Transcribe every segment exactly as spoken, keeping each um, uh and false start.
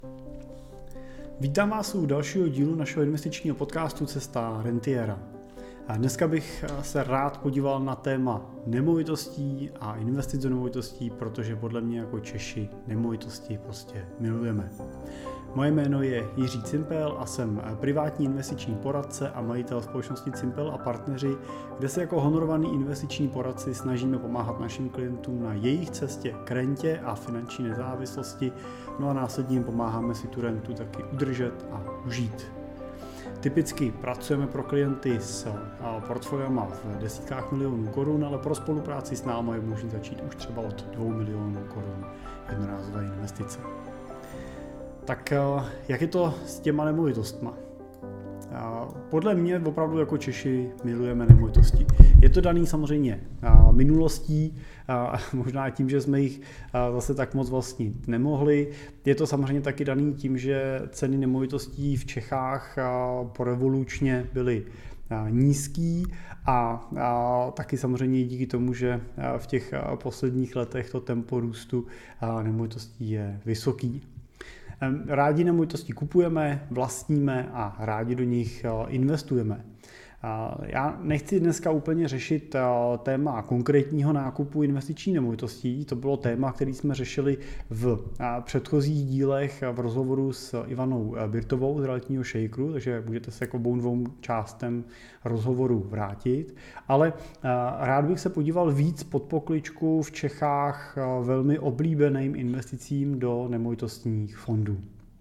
Vítám vás u dalšího dílu našeho investičního podcastu Cesta rentiera. A dneska bych se rád podíval na téma nemovitostí a investic do nemovitostí, protože podle mě jako Češi nemovitosti prostě milujeme. Moje jméno je Jiří Cimpel a jsem privátní investiční poradce a majitel společnosti Cimpel a partneři, kde se jako honorovaný investiční poradci snažíme pomáhat našim klientům na jejich cestě k rentě a finanční nezávislosti, no a následně jim pomáháme si tu rentu taky udržet a užít. Typicky pracujeme pro klienty s portfoliama v desítkách milionů korun, ale pro spolupráci s námi je možné začít už třeba od dvou milionů korun jednorázové investice. Tak jak je to s těma nemovitostma? Podle mě opravdu jako Češi milujeme nemovitosti. Je to daný samozřejmě minulostí, možná tím, že jsme jich zase tak moc vlastnit nemohli. Je to samozřejmě taky daný tím, že ceny nemovitostí v Čechách porevolučně byly nízký a, a taky samozřejmě díky tomu, že v těch posledních letech to tempo růstu nemovitostí je vysoký. Rádi nemovitosti kupujeme, vlastníme a rádi do nich investujeme. Já nechci dneska úplně řešit téma konkrétního nákupu investiční nemovitostí. To bylo téma, který jsme řešili v předchozích dílech v rozhovoru s Ivanou Birtovou z realitního šejkru, takže můžete se jako obou dvou částem rozhovoru vrátit. Ale rád bych se podíval víc pod pokličku v Čechách velmi oblíbeným investicím do nemovitostních fondů.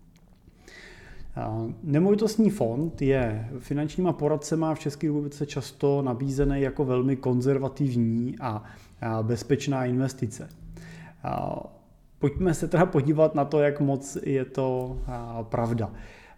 Nemovitostní fond je finančníma poradcema v České republice často nabízený jako velmi konzervativní a bezpečná investice. Pojďme se teda podívat na to, jak moc je to pravda.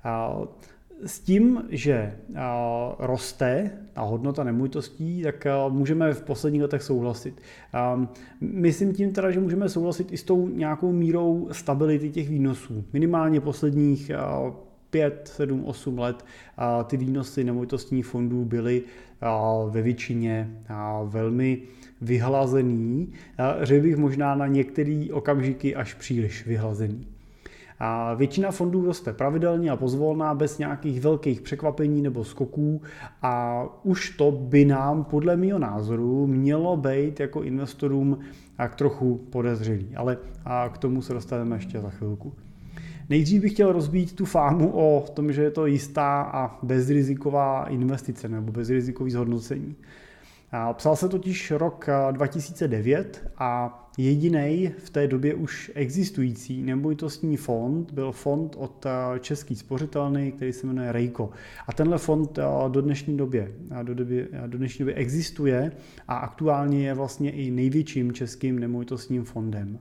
S tím, že roste ta hodnota nemovitostí, tak můžeme v posledních letech souhlasit. Myslím tím teda, že můžeme souhlasit i s tou nějakou mírou stability těch výnosů. Minimálně posledních pět, sedm, osm let ty výnosy nemovitostních fondů byly ve většině velmi vyhlazený. Řekl bych možná na některé okamžiky až příliš vyhlazený. A většina fondů roste pravidelně a pozvolná, bez nějakých velkých překvapení nebo skoků a už to by nám podle mého názoru mělo být jako investorům k trochu podezřelý, ale k tomu se dostaneme ještě za chvilku. Nejdřív bych chtěl rozbít tu fámu o tom, že je to jistá a bezriziková investice nebo bezrizikový zhodnocení. Psal se totiž rok dva tisíce devět a jedinej v té době už existující nemovitostní fond byl fond od České spořitelny, který se jmenuje Rejko. A tenhle fond do dnešní doby, do, doby, do dnešní doby existuje a aktuálně je vlastně i největším českým nemovitostním fondem.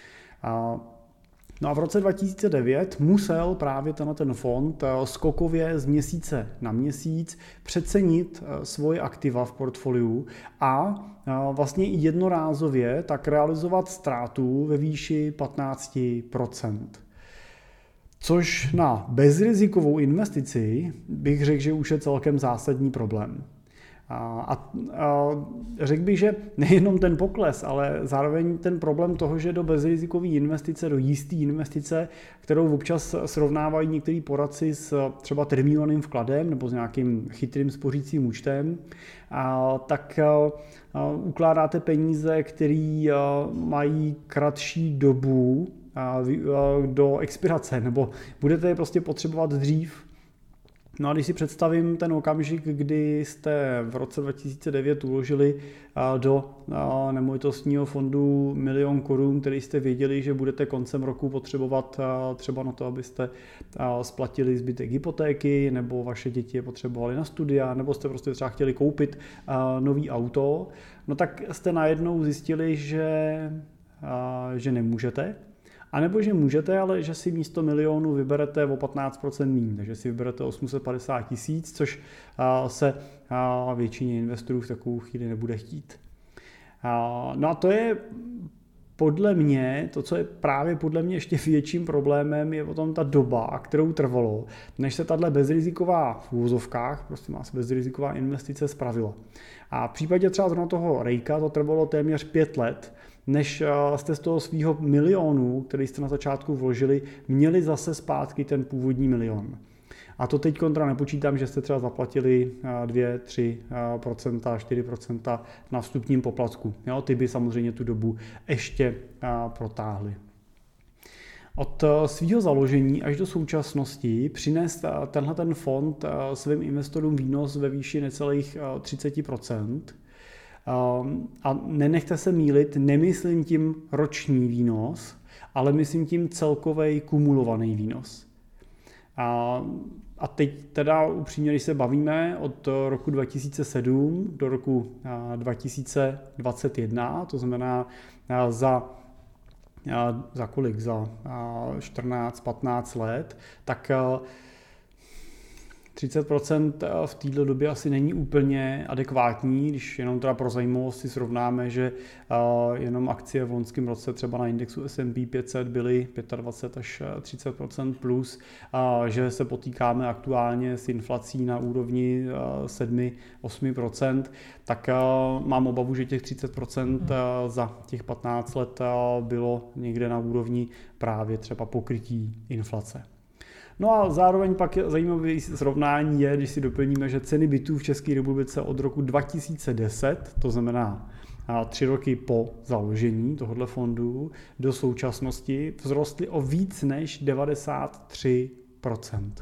No a v roce dva tisíce devět musel právě tenhle ten fond skokově z měsíce na měsíc přecenit svoje aktiva v portfoliu a vlastně i jednorázově tak realizovat ztrátu ve výši patnáct procent. Což na bezrizikovou investici bych řekl, že už je celkem zásadní problém. A, a, a řekl bych, že nejenom ten pokles, ale zároveň ten problém toho, že do bezrizikové investice, do jisté investice, kterou občas srovnávají některý poradci s třeba termínovaným vkladem nebo s nějakým chytrým spořícím účtem, a, tak a, a, ukládáte peníze, které mají kratší dobu a, a, do expirace, nebo budete je prostě potřebovat dřív. No a když si představím ten okamžik, kdy jste v roce dva tisíce devět uložili do nemovitostního fondu milion korun, který jste věděli, že budete koncem roku potřebovat třeba na to, abyste splatili zbytek hypotéky, nebo vaše děti je potřebovali na studia, nebo jste prostě třeba chtěli koupit nový auto, no tak jste najednou zjistili, že, že nemůžete. A nebo že můžete, ale že si místo milionu vyberete o patnáct procent míň, takže si vyberete osm set padesát tisíc, což se většině investorů v takovou chvíli nebude chtít. No a to je podle mě, to, co je právě podle mě ještě větším problémem, je potom ta doba, kterou trvalo, než se tahle bezriziková v úvozovkách, prostě má se bezriziková investice spravila. A v případě třeba zrovna toho Rejka to trvalo téměř pět let, než jste z toho svého milionu, který jste na začátku vložili, měli zase zpátky ten původní milion. A to teď kontra nepočítám, že jste třeba zaplatili dva, tři procenta, čtyři procenta na vstupním poplatku. Jo, ty by samozřejmě tu dobu ještě protáhly. Od svého založení až do současnosti přinést tenhle ten fond svým investorům výnos ve výši necelých třicet procent. A nenechte se mýlit, nemyslím tím roční výnos, ale myslím tím celkový kumulovaný výnos. A, a teď teda upřímně, když se bavíme od roku dva tisíce sedm do roku dva tisíce dvacet jedna, to znamená za, za kolik? Za čtrnáct patnáct let, tak třicet procent v této době asi není úplně adekvátní, když jenom teda pro zajímavost si srovnáme, že jenom akcie v loňském roce třeba na indexu S and P pět set byly dvacet pět až třicet procent plus, že se potýkáme aktuálně s inflací na úrovni sedm až osm procent, tak mám obavu, že těch třicet procent za těch patnáct let bylo někde na úrovni právě třeba pokrytí inflace. No a zároveň pak zajímavé srovnání je, když si doplníme, že ceny bytů v České republice od roku dva tisíce deset, to znamená tři roky po založení tohoto fondu, do současnosti vzrostly o víc než devadesát tři procent.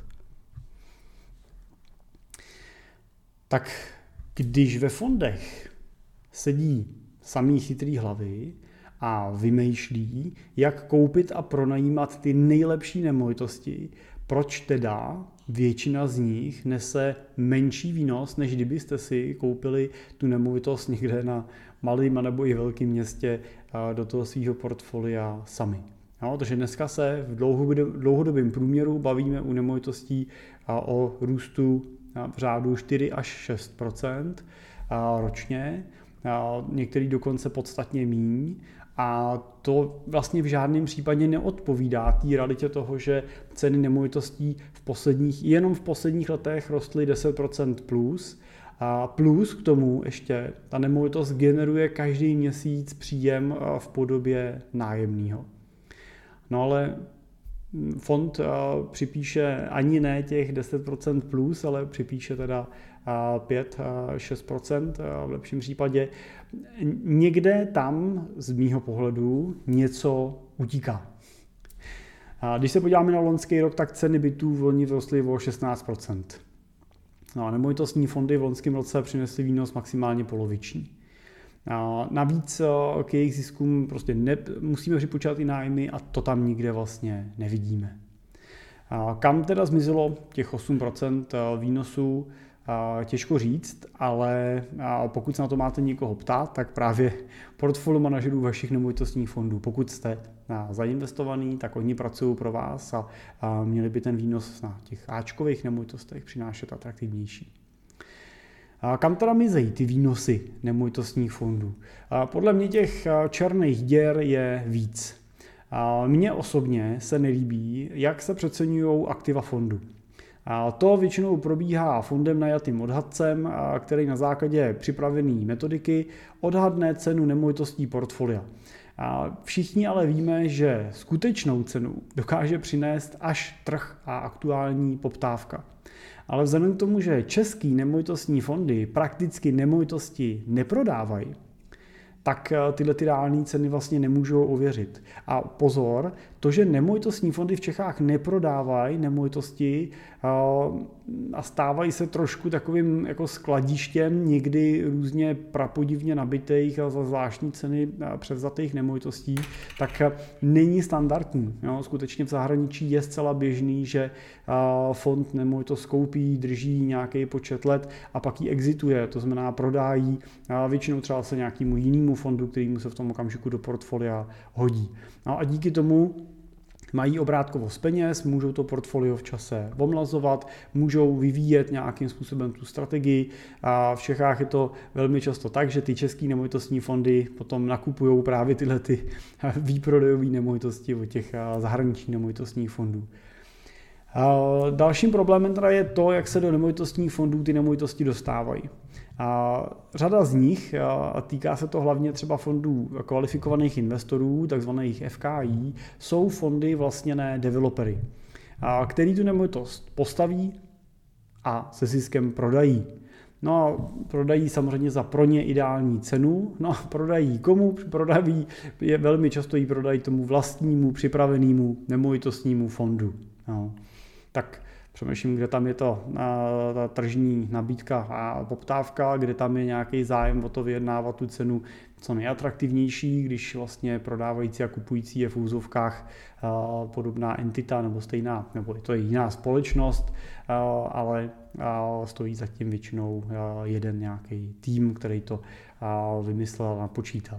Tak když ve fondech sedí samý chytrý hlavy a vymýšlí, jak koupit a pronajímat ty nejlepší nemovitosti, proč teda většina z nich nese menší výnos, než kdybyste si koupili tu nemovitost někde na malém nebo i velkém městě do toho svého portfolia sami. No, takže dneska se v dlouhodobém průměru bavíme u nemovitostí o růstu v řádu čtyři až šest procent ročně, některý dokonce podstatně míň. A to vlastně v žádném případě neodpovídá té realitě toho, že ceny nemovitostí v posledních, jenom v posledních letech rostly deset procent plus. A plus k tomu ještě ta nemovitost generuje každý měsíc příjem v podobě nájemného. No ale fond připíše ani ne těch deset procent plus, ale připíše teda pět až šest procent v lepším případě. Někde tam z mýho pohledu něco utíká. Když se podíváme na loňský rok, tak ceny bytů v loni vzrostly o šestnáct procent. No a nemovitostní fondy v loňském roce přinesly výnos maximálně poloviční. Navíc k jejich ziskům prostě ne, musíme připočítat i nájmy a to tam nikde vlastně nevidíme. Kam teda zmizelo těch osm procent výnosů, těžko říct, ale pokud se na to máte někoho ptát, tak právě portfolio manažerů vašich nemovitostních fondů. Pokud jste zainvestovaný, tak oni pracují pro vás a měli by ten výnos na těch áčkových nemovitostech přinášet atraktivnější. Kam teda mizejí ty výnosy nemovitostních fondů? Podle mě těch černých děr je víc. Mně osobně se nelíbí, jak se přeceňují aktiva fondu. A to většinou probíhá fondem najatým odhadcem, který na základě připravené metodiky odhadne cenu nemovitostí portfolia. A všichni ale víme, že skutečnou cenu dokáže přinést až trh a aktuální poptávka. Ale vzhledem k tomu, že český nemovitostní fondy prakticky nemovitosti neprodávají, tak tyhle ty reální ceny vlastně nemůžou ověřit. A pozor, to, že nemovitostní fondy v Čechách neprodávají nemovitosti a stávají se trošku takovým jako skladištěm někdy různě prapodivně nabitých a za zvláštní ceny převzatých nemovitostí, tak není standardní. Jo? Skutečně v zahraničí je zcela běžný, že fond nemovitost koupí, drží nějaký počet let a pak ji exituje, to znamená prodají většinou třeba se nějakému jinému fondu, který mu se v tom okamžiku do portfolia hodí. No a díky tomu mají obrátkovost peněz, můžou to portfolio v čase omlazovat, můžou vyvíjet nějakým způsobem tu strategii. A v Čechách je to velmi často tak, že ty české nemovitostní fondy potom nakupují právě tyhle ty výprodejové nemovitosti od těch zahraničních nemovitostních fondů. A dalším problémem teda je to, jak se do nemovitostních fondů ty nemovitosti dostávají. A řada z nich, a týká se to hlavně třeba fondů kvalifikovaných investorů, takzvaných F K I, jsou fondy vlastněné developery, a který tu nemovitost postaví a se ziskem prodají. No a prodají samozřejmě za pro ně ideální cenu. No a prodají komu? Prodají, je velmi často ji prodají tomu vlastnímu připravenému nemovitostnímu fondu. No. Tak přemýšlím, kde tam je to ta tržní nabídka a poptávka, kde tam je nějaký zájem o to vyjednávat tu cenu co nejatraktivnější, když vlastně prodávající a kupující je v úzovkách podobná entita nebo stejná, nebo je to jiná společnost, ale stojí zatím většinou jeden nějaký tým, který to vymyslel a napočítal.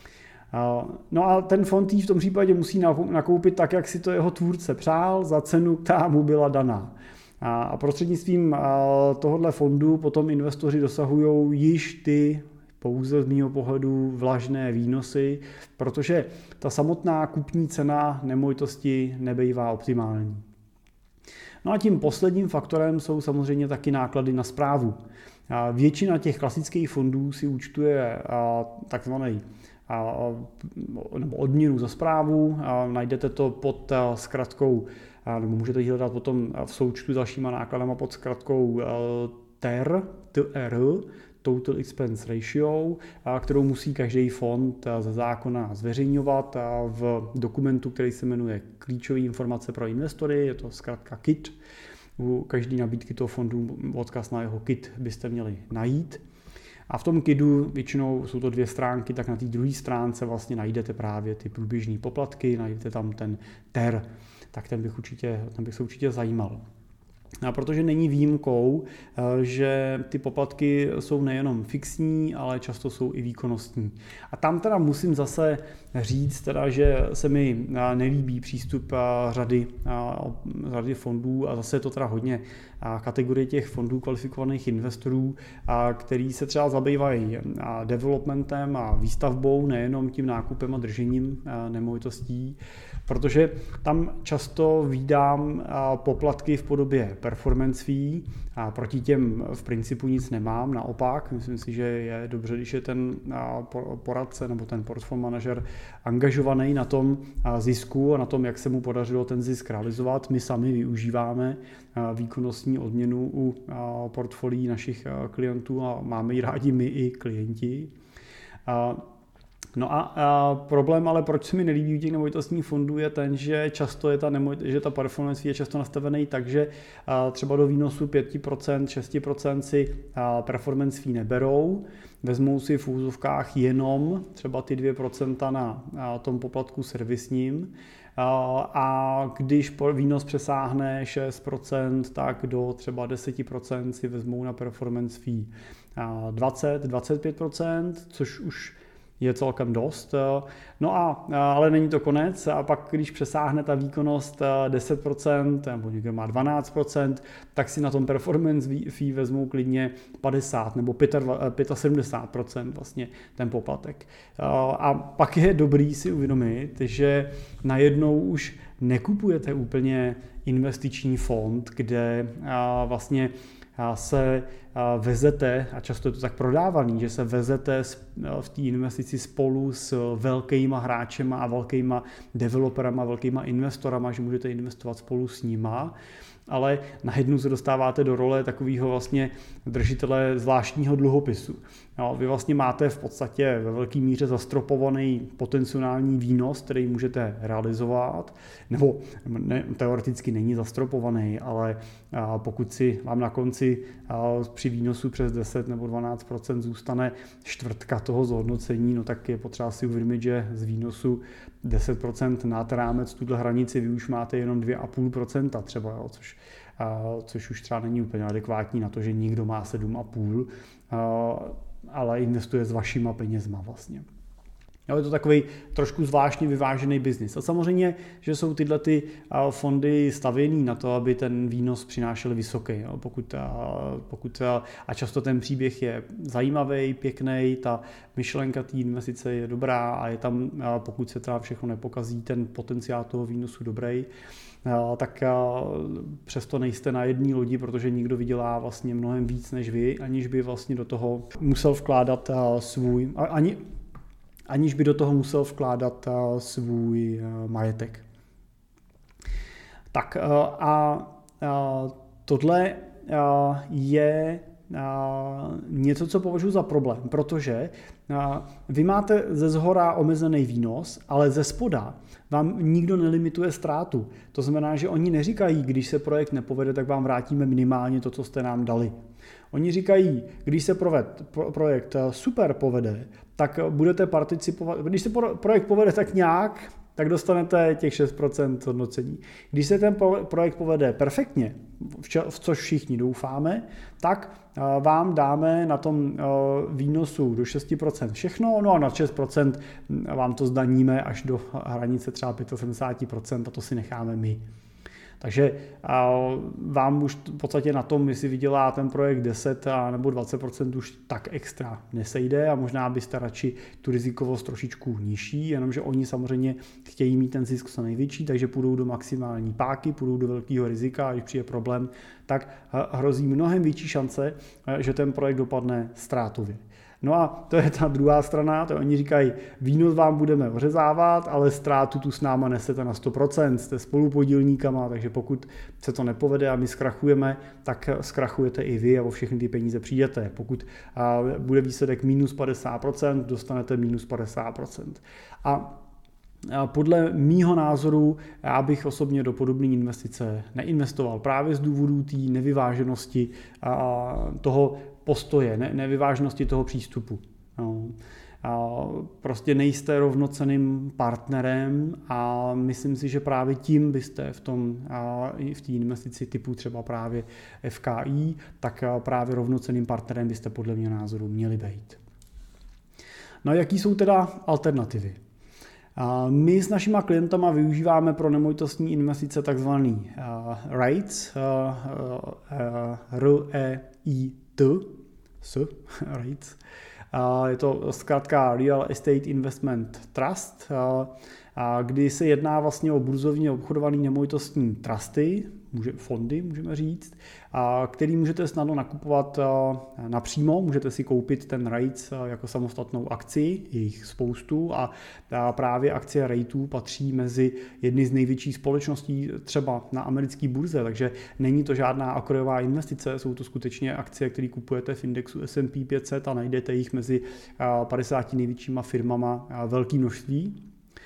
No a ten fond v tom případě musí nakoupit tak, jak si to jeho tvůrce přál, za cenu, která mu byla daná. A prostřednictvím tohohle fondu potom investoři dosahují již ty pouze z mého pohledu vlažné výnosy, protože ta samotná kupní cena nemovitosti nebývá optimální. No a tím posledním faktorem jsou samozřejmě taky náklady na správu. Většina těch klasických fondů si účtuje takzvaný nebo odměnu za správu, najdete to pod zkratkou, nebo můžete ji hledat potom v součtu s dalšíma nákladama pod zkratkou T E R, T E R, Total Expense Ratio, kterou musí každý fond ze zákona zveřejňovat v dokumentu, který se jmenuje Klíčové informace pro investory, je to zkrátka K I T. U každé nabídky toho fondu odkaz na jeho K I T byste měli najít. A v tom K I Du většinou jsou to dvě stránky, tak na té druhé stránce vlastně najdete právě ty průběžné poplatky, najdete tam ten T E R, tak ten bych, určitě, ten bych se určitě zajímal. A protože není výjimkou, že ty poplatky jsou nejenom fixní, ale často jsou i výkonnostní. A tam teda musím zase říct, teda, že se mi nelíbí přístup řady, řady fondů a zase je to teda hodně kategorie těch fondů kvalifikovaných investorů, který se třeba zabývají developmentem a výstavbou, nejenom tím nákupem a držením nemovitostí, protože tam často vídám poplatky v podobě performance fee a proti těm v principu nic nemám, naopak, myslím si, že je dobře, když je ten poradce nebo ten portfolio manažer angažovaný na tom zisku a na tom, jak se mu podařilo ten zisk realizovat. My sami využíváme výkonnostní odměnu u portfolií našich klientů a máme ji rádi my i klienti. No a, a problém, ale proč se mi nelíbí u těch nemovitostních fondů, je ten, že často je ta, nemovit, že ta performance je často nastavený tak, že a, třeba do výnosu pět procent, šest procent si a, performance fee neberou, vezmou si v úzovkách jenom třeba ty dvě procenta na a, tom poplatku servisním, a, a když výnos přesáhne šest procent, tak do třeba deset procent si vezmou na performance fee a, dvacet až dvacet pět procent, což už je celkem dost. No a, ale není to konec a pak, když přesáhne ta výkonnost deset procent nebo někdo má dvanáct procent, tak si na tom performance fee vezmou klidně padesát nebo sedmdesát pět procent vlastně ten poplatek. A pak je dobrý si uvědomit, že najednou už nekupujete úplně investiční fond, kde vlastně se vezete, a často je to tak prodávaný, že se vezete v té investici spolu s velkýma hráčema a velkýma developerama, velkýma investorama, že můžete investovat spolu s nima, ale najednou se dostáváte do role takového vlastně držitele zvláštního dluhopisu. No, vy vlastně máte v podstatě ve velké míře zastropovaný potenciální výnos, který můžete realizovat, nebo ne, teoreticky není zastropovaný, ale a, pokud si vám na konci a, při výnosu přes deset nebo dvanáct procent zůstane čtvrtka toho zhodnocení, no tak je potřeba si uvědomit, že z výnosu deset procent nad rámec tuhle hranici vy už máte jenom dvě celá pět procenta třeba, jo, což, a, což už třeba není úplně adekvátní na to, že někdo má sedm celá pět, a, ale investuje s vašima penězma vlastně. Jo, je to takový trošku zvláštně vyvážený biznis. A samozřejmě, že jsou tyhle ty fondy stavěný na to, aby ten výnos přinášel vysoký. Jo. Pokud, pokud, a často ten příběh je zajímavý, pěkný, ta myšlenka té investice je dobrá a je tam, pokud se teda všechno nepokazí, ten potenciál toho výnosu dobrý. tak přesto nejste na jedné lodi, protože nikdo vydělá vlastně mnohem víc než vy, aniž by vlastně do toho musel vkládat svůj, ani, aniž by do toho musel vkládat svůj majetek. Tak a tohle je něco, co považuji za problém, protože vy máte ze zhora omezený výnos, ale ze spoda vám nikdo nelimituje ztrátu. To znamená, že oni neříkají, když se projekt nepovede, tak vám vrátíme minimálně to, co jste nám dali. Oni říkají, když se projekt super povede, tak budete participovat, když se projekt povede tak nějak, tak dostanete těch šest procent hodnocení. Když se ten projekt povede perfektně, v což všichni doufáme, tak vám dáme na tom výnosu do šest procent všechno, no a na šest procent vám to zdaníme až do hranice třeba sedmdesát pět procent a to si necháme my. Takže vám už v podstatě na tom, jestli vydělá ten projekt deset nebo dvacet procent už tak extra nesejde a možná byste radši tu rizikovost trošičku nižší, jenomže oni samozřejmě chtějí mít ten zisk co největší, takže půjdou do maximální páky, půjdou do velkého rizika a když přijde problém, tak hrozí mnohem větší šance, že ten projekt dopadne ztrátově. No a to je ta druhá strana, to oni říkají, výnos vám budeme ořezávat, ale ztrátu tu s náma nesete na sto procent, jste spolupodílníkama, takže pokud se to nepovede a my zkrachujeme, tak zkrachujete i vy a o všechny ty peníze přijdete. Pokud bude výsledek minus padesát procent, dostanete minus padesát procent. A podle mýho názoru já bych osobně do podobné investice neinvestoval právě z důvodu té nevyváženosti toho postoje, ne, nevyváženosti toho přístupu. No. A prostě nejste rovnocenným partnerem a myslím si, že právě tím byste v tom v té investici typu třeba právě F K I, tak právě rovnocenným partnerem byste podle mého názoru měli být. No a jaký jsou teda alternativy? My s našimi klientama využíváme pro nemovitostní investice takzvaný REITs, R E I T, S, REITs. Je to zkrátka Real Estate Investment Trust, kdy se jedná vlastně o burzovně obchodované nemovitostní trusty, fondy, můžeme říct, který můžete snadno nakupovat napřímo, můžete si koupit ten REITs jako samostatnou akci, jejich spoustu a právě akcie REITů patří mezi jedny z největších společností třeba na americké burze, takže není to žádná akrojová investice, jsou to skutečně akcie, které kupujete v indexu S and P pět set a najdete jich mezi padesáti největšíma firmama velké množství.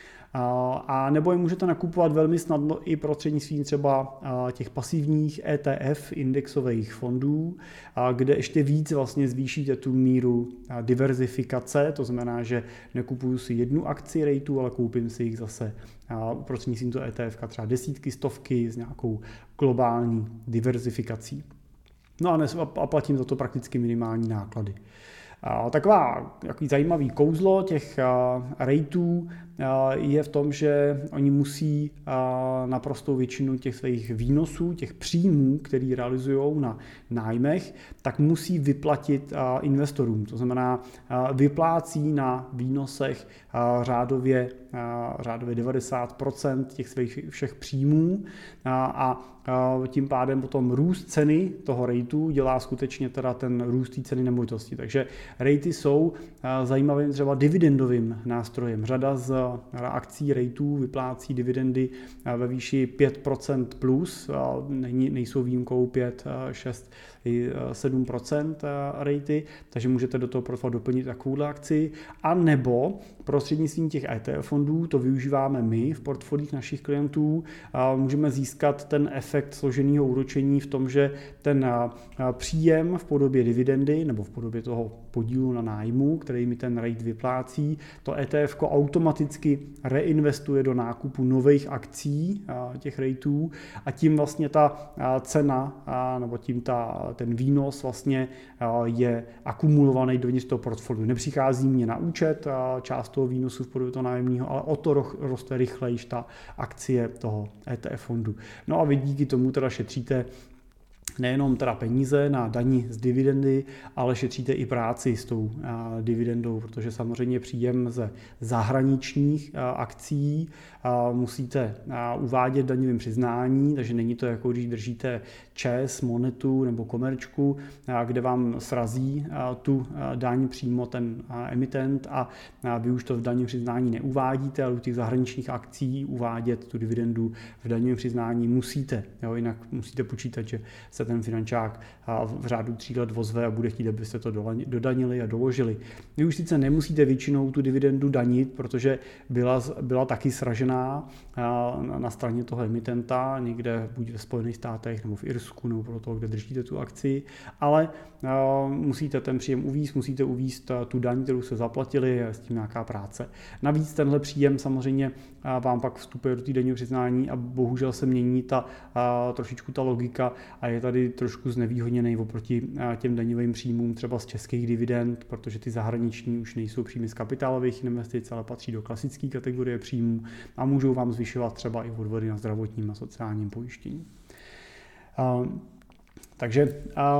A nebo je můžete nakupovat velmi snadno i prostřednictvím třeba těch pasivních E T F indexových fondů, kde ještě víc vlastně zvýšíte tu míru diverzifikace, to znamená, že nekupuju si jednu akci REITů, ale koupím si jich zase prostřednictvím to E T F třeba desítky, stovky s nějakou globální diverzifikací. No a, a platím za to prakticky minimální náklady. Taková takový zajímavý kouzlo těch REITů je v tom, že oni musí naprostou většinu těch svých výnosů, těch příjmů, který realizují na nájmech, tak musí vyplatit investorům. To znamená, vyplácí na výnosech řádově, řádově devadesát procent těch svých všech příjmů a tím pádem potom růst ceny toho REITu dělá skutečně teda ten růst té ceny nemovitosti. Takže REITy jsou zajímavým třeba dividendovým nástrojem. Řada z akcí REITů vyplácí dividendy ve výši pět procent plus, nejsou výjimkou pět, šest, sedm procent REITy, takže můžete do toho portfolia doplnit takovouhle akci, a nebo prostřednictvím těch E T F fondů, to využíváme my v portfoliích našich klientů, můžeme získat ten efekt složeného úročení v tom, že ten příjem v podobě dividendy nebo v podobě toho podílu na nájmu, který mi ten REIT vyplácí, to E T F automaticky reinvestuje do nákupu nových akcí těch REITů a tím vlastně ta cena nebo tím ta, ten výnos vlastně je akumulovaný dovnitř toho portfoliu. Nepřichází mě na účet část toho výnosu v podobě toho nájemního, ale o to roste rychlejš ta akcie toho E T F fondu. No a vy díky tomu teda šetříte nejenom teda peníze na dani z dividendy, ale šetříte i práci s tou a, dividendou, protože samozřejmě příjem ze zahraničních a, akcí a, musíte a, uvádět daňovým přiznání, takže není to jako když držíte ČEZ, Monetu nebo Komerčku, a, kde vám srazí a, tu a, daň přímo ten a, emitent a, a vy už to v daňovém přiznání neuvádíte, ale u těch zahraničních akcí uvádět tu dividendu v daňovém přiznání musíte, jo, jinak musíte počítat, že se ten finančák v řádu tří let ozve a bude chtít, abyste to dodanili a doložili. Vy už sice nemusíte většinou tu dividendu danit, protože byla, byla taky sražená na straně toho emitenta, někde buď ve Spojených státech nebo v Irsku nebo pro toho, kde držíte tu akci, ale musíte ten příjem uvízt, musíte uvízt tu daň, kterou se zaplatili, a s tím nějaká práce. Navíc tenhle příjem samozřejmě vám pak vstupuje do té daňového přiznání a bohužel se mění ta trošičku ta logika a je tady trošku znevýhodněný oproti těm daňovým příjmům třeba z českých dividend, protože ty zahraniční už nejsou příjmy z kapitálových investic, ale patří do klasické kategorie příjmů a můžou vám zvyšovat třeba i odvody na zdravotním a sociálním pojištění. Takže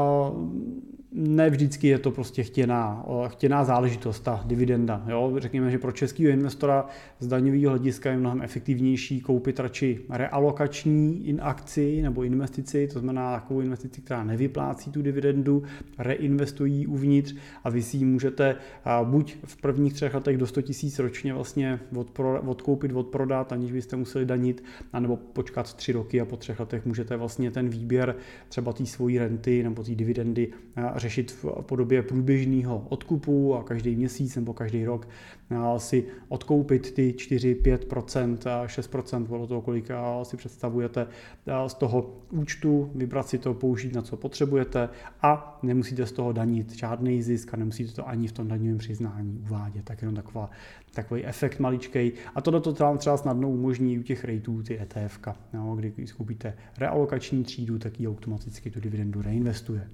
ne vždycky je to prostě chtěná, chtěná záležitost, ta dividenda. Jo? Řekněme, že pro českého investora z daňového hlediska je mnohem efektivnější koupit radši realokační akci nebo investici, to znamená takovou investici, která nevyplácí tu dividendu, reinvestují uvnitř a vy si ji můžete buď v prvních třech letech do sto tisíc ročně vlastně odpro, odkoupit, odprodat, aniž byste museli danit, anebo počkat tři roky a po třech letech můžete vlastně ten výběr třeba té svojí renty nebo té dividendy řešit v podobě průběžného odkupu a každý měsíc nebo každý rok si odkoupit ty čtyři, pět procent, šest procent, podle toho, kolik si představujete z toho účtu, vybrat si to, použít na co potřebujete a nemusíte z toho danit žádný zisk a nemusíte to ani v tom daňovém přiznání uvádět. Tak jenom taková, takový efekt maličkej. A tohle to vám třeba snadno umožní u těch rateů ty E T F ka, no, kdy když koupíte realokační třídu, tak ji automaticky tu dividendu reinvestuje.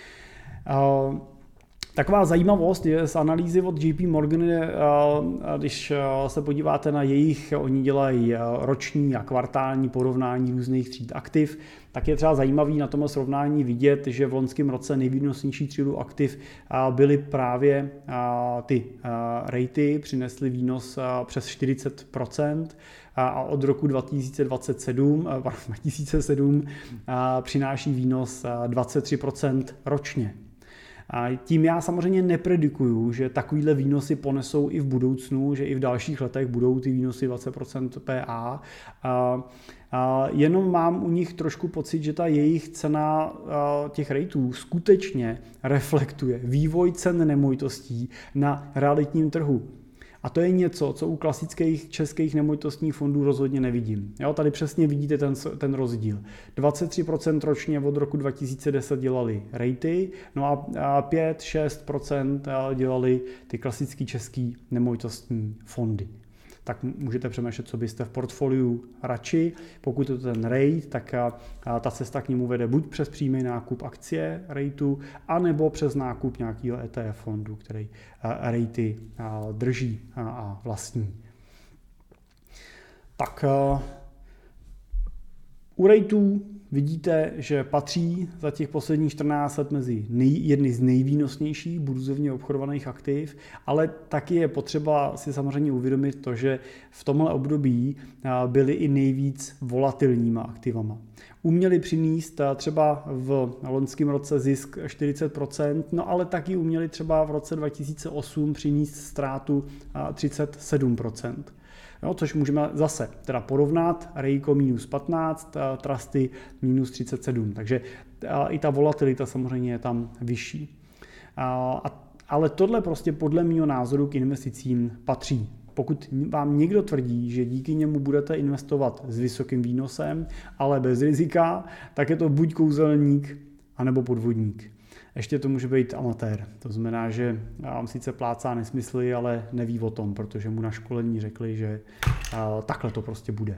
Uh, Taková zajímavost je z analýzy od J P Morgan, když se podíváte na jejich, oni dělají roční a kvartální porovnání různých tříd aktiv, tak je třeba zajímavý na tomhle srovnání vidět, že v loňském roce nejvýnosnější třídu aktiv byly právě ty ratey, přinesly výnos přes čtyřicet procent a od roku dva tisíce dvacet sedm, dva tisíce sedm přináší výnos dvacet tři procent ročně. A tím já samozřejmě nepredikuju, že takovýhle výnosy ponesou i v budoucnu, že i v dalších letech budou ty výnosy dvacet procent P A. A, a jenom mám u nich trošku pocit, že ta jejich cena těch rateů skutečně reflektuje vývoj cen nemovitostí na realitním trhu. A to je něco, co u klasických českých nemovitostních fondů rozhodně nevidím. Jo, tady přesně vidíte ten, ten rozdíl. dvacet tři procent ročně od roku dva tisíce deset dělali ratey, no a pět až šest procent dělali ty klasické české nemovitostní fondy. Tak můžete přemýšlet, co byste v portfoliu radši. Pokud je to ten rate, tak ta cesta k němu vede buď přes přímý nákup akcie rateu, anebo přes nákup nějakého E T F fondu, který ratey drží a vlastní. Tak u rateů vidíte, že patří za těch posledních čtrnáct let mezi nej, jedny z nejvýnosnějších burzovně obchodovaných aktiv, ale taky je potřeba si samozřejmě uvědomit to, že v tomhle období byly i nejvíc volatilníma aktivama. Uměli přinést třeba v loňském roce zisk čtyřicet procent, no ale taky uměli třeba v roce dva tisíce osm přinést ztrátu třicet sedm procent. No, což můžeme zase teda porovnat, Rejko minus patnáct, Trusty minus třicet sedm, takže i ta volatilita samozřejmě je tam vyšší. A, ale tohle prostě podle mého názoru k investicím patří. Pokud vám někdo tvrdí, že díky němu budete investovat s vysokým výnosem, ale bez rizika, tak je to buď kouzelník, anebo podvodník. Ještě to může být amatér. To znamená, že vám sice plácá nesmysly, ale neví o tom, protože mu na školení řekli, že takhle to prostě bude.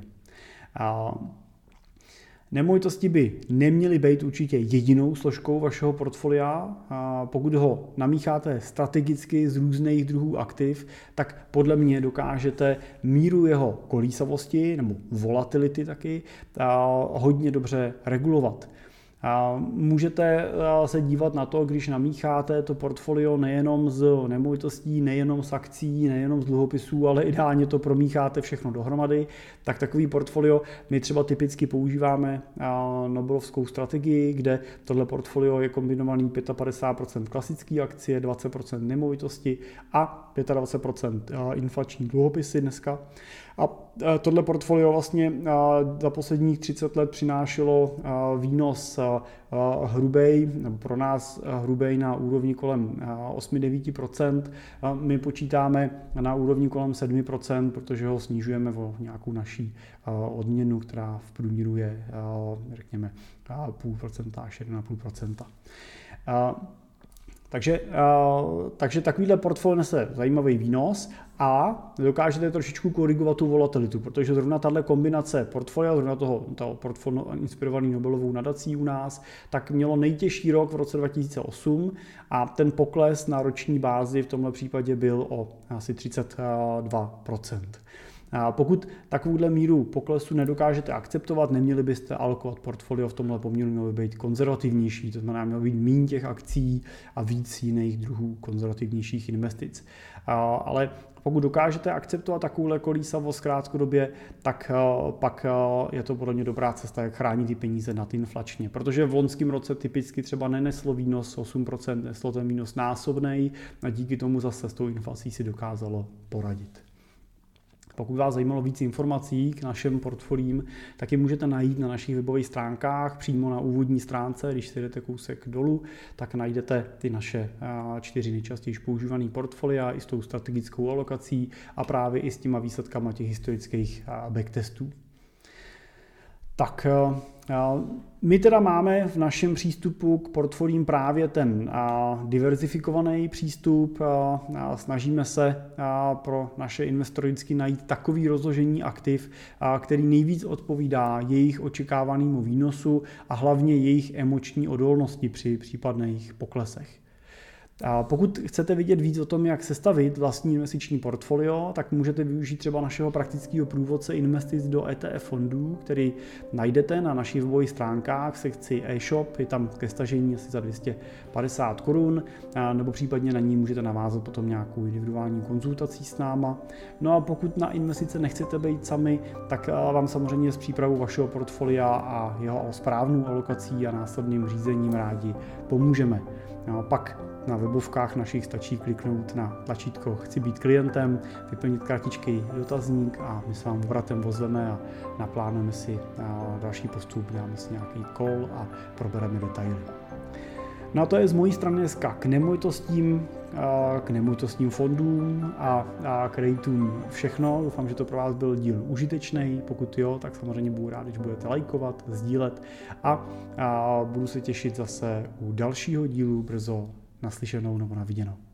Nemovitosti by neměly být určitě jedinou složkou vašeho portfolia. Pokud ho namícháte strategicky z různých druhů aktiv, tak podle mě dokážete míru jeho kolísavosti nebo volatility taky hodně dobře regulovat. Můžete se dívat na to, když namícháte to portfolio nejenom z nemovitostí, nejenom z akcí, nejenom z dluhopisů, ale ideálně to promícháte všechno dohromady, tak takový portfolio my třeba typicky používáme Nobelovskou strategii, kde tohle portfolio je kombinovaný padesát pět procent klasické akcie, dvacet procent nemovitosti a dvacet pět procent inflační dluhopisy dneska. A tohle portfolio vlastně za posledních třicet let přinášelo výnos hrubej, nebo pro nás hrubej na úrovni kolem osm až devět procent. My počítáme na úrovni kolem sedm procent, protože ho snižujeme o nějakou naší odměnu, která v průměru je, řekněme, půl procenta až jedna celá pět procenta. Takže, takže takovýhle portfolio nese zajímavý výnos a dokážete trošičku korigovat tu volatilitu, protože zrovna tahle kombinace portfolia, zrovna toho, toho portfolio inspirovaný Nobelovou nadací u nás, tak mělo nejtěžší rok v roce dva tisíce osm a ten pokles na roční bázi v tomhle případě byl o asi třicet dva procent. Pokud takovouhle míru poklesu nedokážete akceptovat, neměli byste alokovat portfolio v tomhle poměru, mělo by být konzervativnější, to znamená, mělo být méně těch akcí a víc jiných druhů konzervativnějších investic. Ale pokud dokážete akceptovat takovouhle kolísavost krátkodobě, tak pak je to podle mě dobrá cesta, jak chránit ty peníze nadinflačně. Protože v loňském roce typicky třeba neneslo výnos osm procent, neslo ten výnos násobnej a díky tomu zase s tou inflací si dokázalo poradit. Pokud vás zajímalo víc informací k našem portfoliím, tak je můžete najít na našich webových stránkách, přímo na úvodní stránce, když si jdete kousek dolů, tak najdete ty naše čtyři nejčastěji používané portfolia i s tou strategickou alokací a právě i s těma výsledkama těch historických backtestů. Tak my teda máme v našem přístupu k portfoliím právě ten diverzifikovaný přístup. Snažíme se pro naše investory vždycky najít takový rozložení aktiv, který nejvíc odpovídá jejich očekávanému výnosu a hlavně jejich emoční odolnosti při případných poklesech. A pokud chcete vidět víc o tom, jak sestavit vlastní investiční portfolio, tak můžete využít třeba našeho praktického průvodce investic do E T F fondů, který najdete na našich webových stránkách v sekci e-shop, je tam ke stažení asi za dvě stě padesát korun, nebo případně na ní můžete navázat potom nějakou individuální konzultací s náma. No a pokud na investice nechcete být sami, tak vám samozřejmě s přípravou vašeho portfolia a jeho správnou alokací a následným řízením rádi pomůžeme. No, pak na webovkách našich stačí kliknout na tlačítko Chci být klientem, vyplnit kratičký dotazník a my s vám obratem ozveme a naplánujeme si další postup, dáme si nějaký call a probereme detaily. No a to je z mojí strany dneska k nemovitostím, k nemovitostním fondům a, a kreditům všechno. Doufám, že to pro vás byl díl užitečný. Pokud jo, tak samozřejmě budu rád, když budete lajkovat, sdílet a, a budu se těšit zase u dalšího dílu brzo naslyšenou nebo na viděnou.